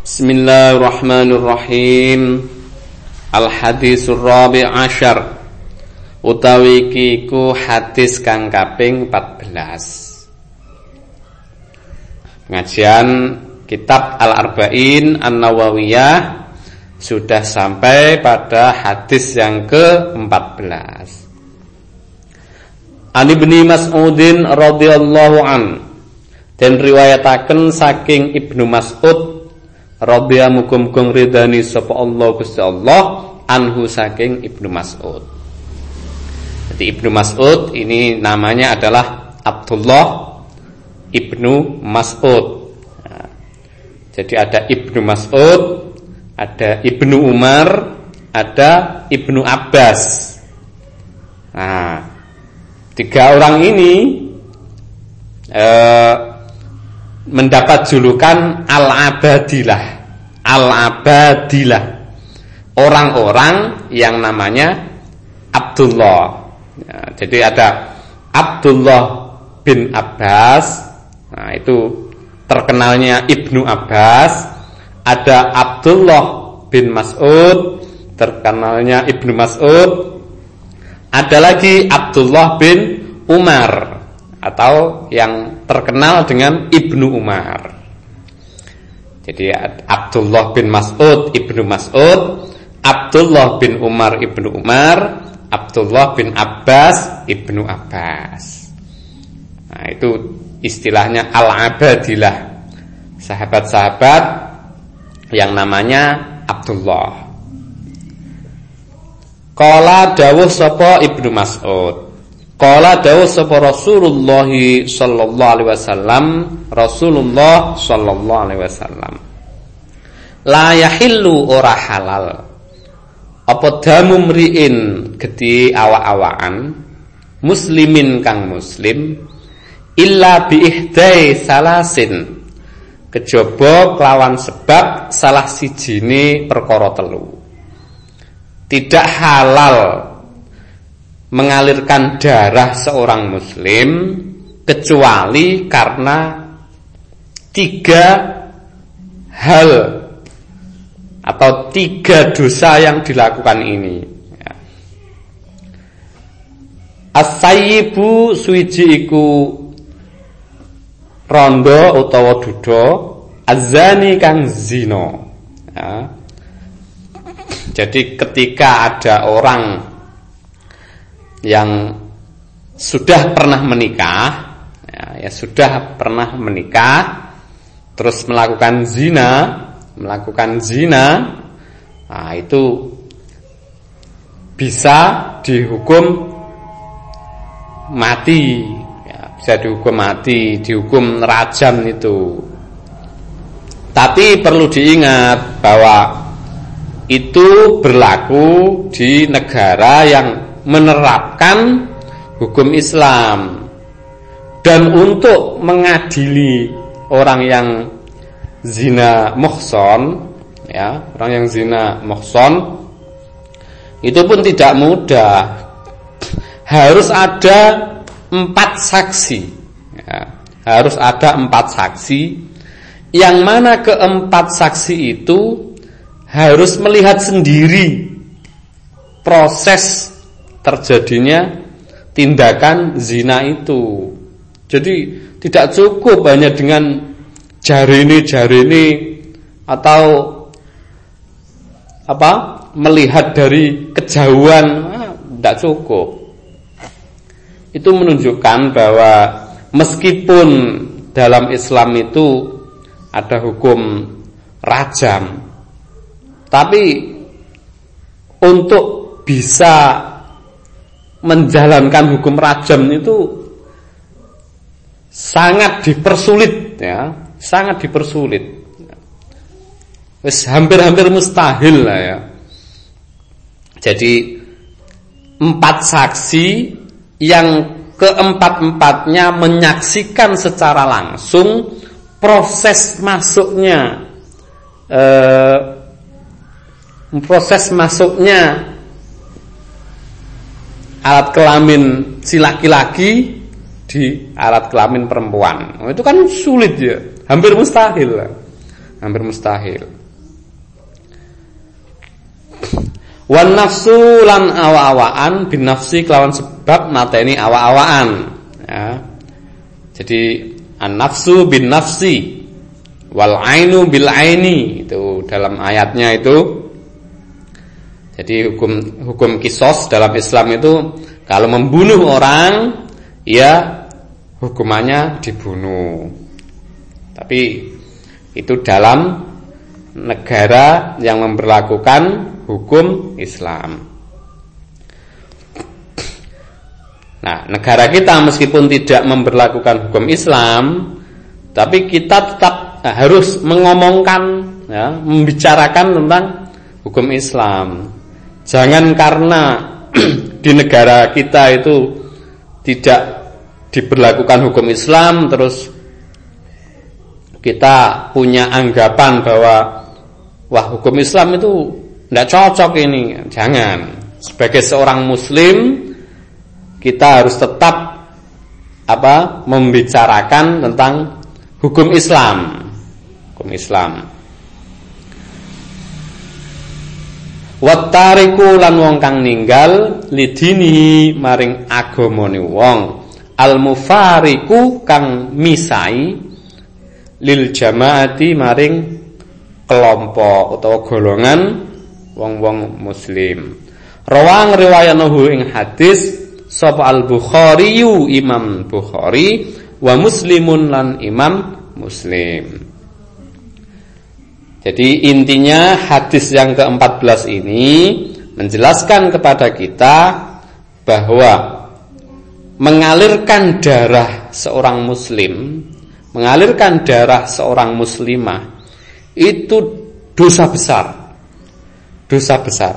Bismillahirrahmanirrahim. Al-hadisur rabi' asyar, utawi iki ku hadis kang kaping 14. Pengajian kitab Al-Arba'in An-Nawawiyah sudah sampai pada hadis yang ke-14. An Ibnu Mas'udin radhiyallahu an, dan riwayataken saking Ibnu Mas'ud radhiyallahu mukum ridani sapa Allah Gusti Allah anhu saking Ibnu Mas'ud. Jadi Ibnu Mas'ud ini namanya adalah Abdullah Ibnu Mas'ud. Nah, jadi ada Ibnu Mas'ud, ada Ibnu Umar, ada Ibnu Abbas. Nah, tiga orang ini mendapat julukan Al-Abadilah. Al-Abadilah, orang-orang yang namanya Abdullah. Ya, jadi ada Abdullah bin Abbas, nah itu terkenalnya Ibnu Abbas. Ada Abdullah bin Mas'ud, terkenalnya Ibnu Mas'ud. Ada lagi Abdullah bin Umar, atau yang terkenal dengan Ibnu Umar. Jadi Abdullah bin Mas'ud Ibnu Mas'ud, Abdullah bin Umar Ibnu Umar, Abdullah bin Abbas Ibnu Abbas. Nah, itu istilahnya Al-Abadilah, sahabat-sahabat yang namanya Abdullah. Qala dawuh sapa Ibnu Mas'ud, qala dawuh sapa Rasulullah sallallahu alaihi wasallam, Rasulullah sallallahu alaihi wasallam, la yahillu ora halal apa damu mriin gedhe awak-awakan muslimin kang muslim illa bi ihdai salasin, kejaba kelawan sebab salah sijine perkara telu. Tidak halal mengalirkan darah seorang muslim kecuali karena tiga hal atau tiga dosa yang dilakukan ini. As-sayyibu suwiji iku rondo utawa duda, az-zani kang zina. Ya. Jadi ketika ada orang yang sudah pernah menikah, ya sudah pernah menikah, terus melakukan zina, nah itu bisa dihukum mati, ya, bisa dihukum mati, dihukum rajam itu. Tapi perlu diingat bahwa itu berlaku di negara yang menerapkan hukum Islam. Dan untuk mengadili orang yang zina muhson, ya, orang yang zina muhson itu pun tidak mudah. Harus ada 4 saksi, ya, harus ada 4 saksi, yang mana keempat saksi itu harus melihat sendiri proses terjadinya tindakan zina itu. Jadi tidak cukup hanya dengan jarene atau melihat dari kejauhan, tidak cukup. Itu menunjukkan bahwa meskipun dalam Islam itu ada hukum rajam, tapi untuk bisa menjalankan hukum rajam itu sangat dipersulit, ya, sangat dipersulit. Wis hampir-hampir mustahil lah, ya. Jadi 4 saksi yang keempat-empatnya menyaksikan secara langsung proses masuknya alat kelamin si laki-laki di alat kelamin perempuan. Itu kan sulit, ya, hampir mustahil. hampir mustahil. Wan nafsu lan awa-awaan bin nafsi kelawan sebab mateni awa-awaan, ya. Jadi an-nafsu bin nafsi wal ainu bil aini, itu dalam ayatnya itu. Jadi hukum kisos dalam Islam itu kalau membunuh orang ya hukumannya dibunuh. Tapi itu dalam negara yang memberlakukan hukum Islam. Nah, negara kita meskipun tidak memberlakukan hukum Islam, tapi kita tetap harus mengomongkan, ya, membicarakan tentang hukum Islam. Jangan karena di negara kita itu tidak diberlakukan hukum Islam terus kita punya anggapan bahwa wah, hukum Islam itu tidak cocok ini. Jangan. Sebagai seorang muslim kita harus tetap membicarakan tentang hukum Islam. Hukum Islam. Wattariku lan wong kang ninggal lidini maring agamane wong, al-mufariku kang misai lil jamaati maring kelompok utawa golongan wong-wong muslim. Rawang riwayanahu ing hadis sapa al-Bukhari Imam Bukhari wa Muslimun lan Imam Muslim. Jadi intinya hadis yang ke-14 ini menjelaskan kepada kita bahwa mengalirkan darah seorang muslim, mengalirkan darah seorang muslimah itu dosa besar. Dosa besar.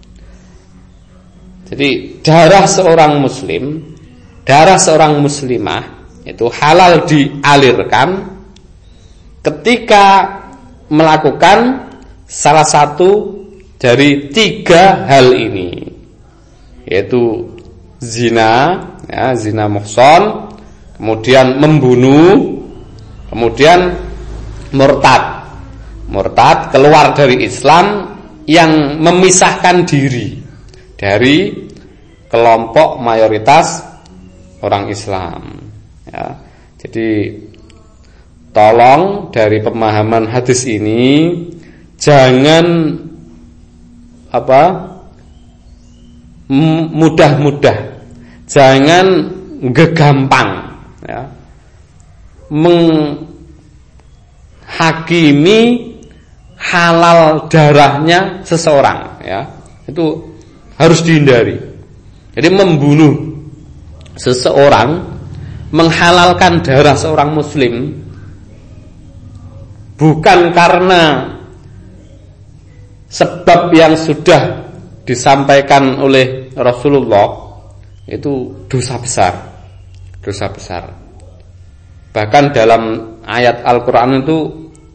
Jadi darah seorang muslim, darah seorang muslimah itu halal dialirkan ketika melakukan salah satu dari 3 hal ini, yaitu zina, ya, zina muhsan, kemudian membunuh, kemudian murtad keluar dari Islam yang memisahkan diri dari kelompok mayoritas orang Islam, ya. Jadi tolong dari pemahaman hadis ini jangan mudah-mudah, jangan gegampang, ya, menghakimi halal darahnya seseorang, ya. Itu harus dihindari. Jadi membunuh seseorang, menghalalkan darah seorang muslim bukan karena sebab yang sudah disampaikan oleh Rasulullah, itu dosa besar. Dosa besar. Bahkan dalam ayat Al-Quran itu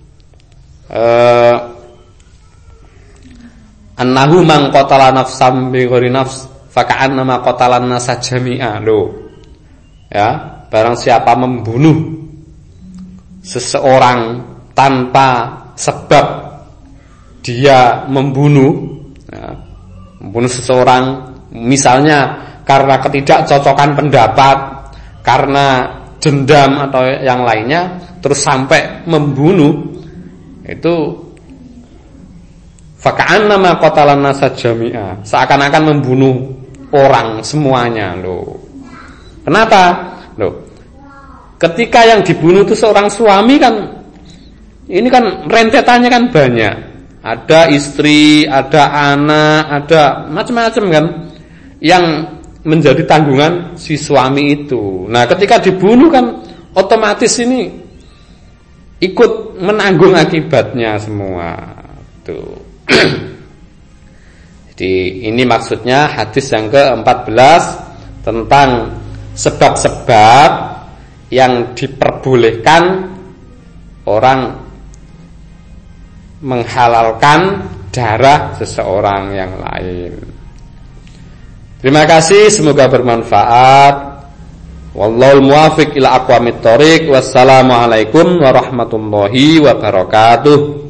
annahu man qatala nafsan bighairi nafs faka'annama qatalan nasa jami'a. Ya, barang siapa membunuh seseorang tanpa sebab dia membunuh, ya, membunuh seseorang misalnya karena ketidakcocokan pendapat, karena dendam atau yang lainnya, terus sampai membunuh, itu faka'annama qatalan nasa jami'a, seakan-akan membunuh orang semuanya. Kenapa? Ketika yang dibunuh itu seorang suami kan, ini kan rentetannya kan banyak. Ada istri, ada anak, ada macam-macam kan yang menjadi tanggungan si suami itu. Nah, ketika dibunuh kan otomatis ini ikut menanggung akibatnya semua. Tuh. Jadi ini maksudnya hadis yang ke-14 tentang sebab-sebab yang diperbolehkan orang menghalalkan darah seseorang yang lain. Terima kasih, semoga bermanfaat. Wallahul muwaffiq ila aqwamit thoriq. Wassalamualaikum warahmatullahi wabarakatuh.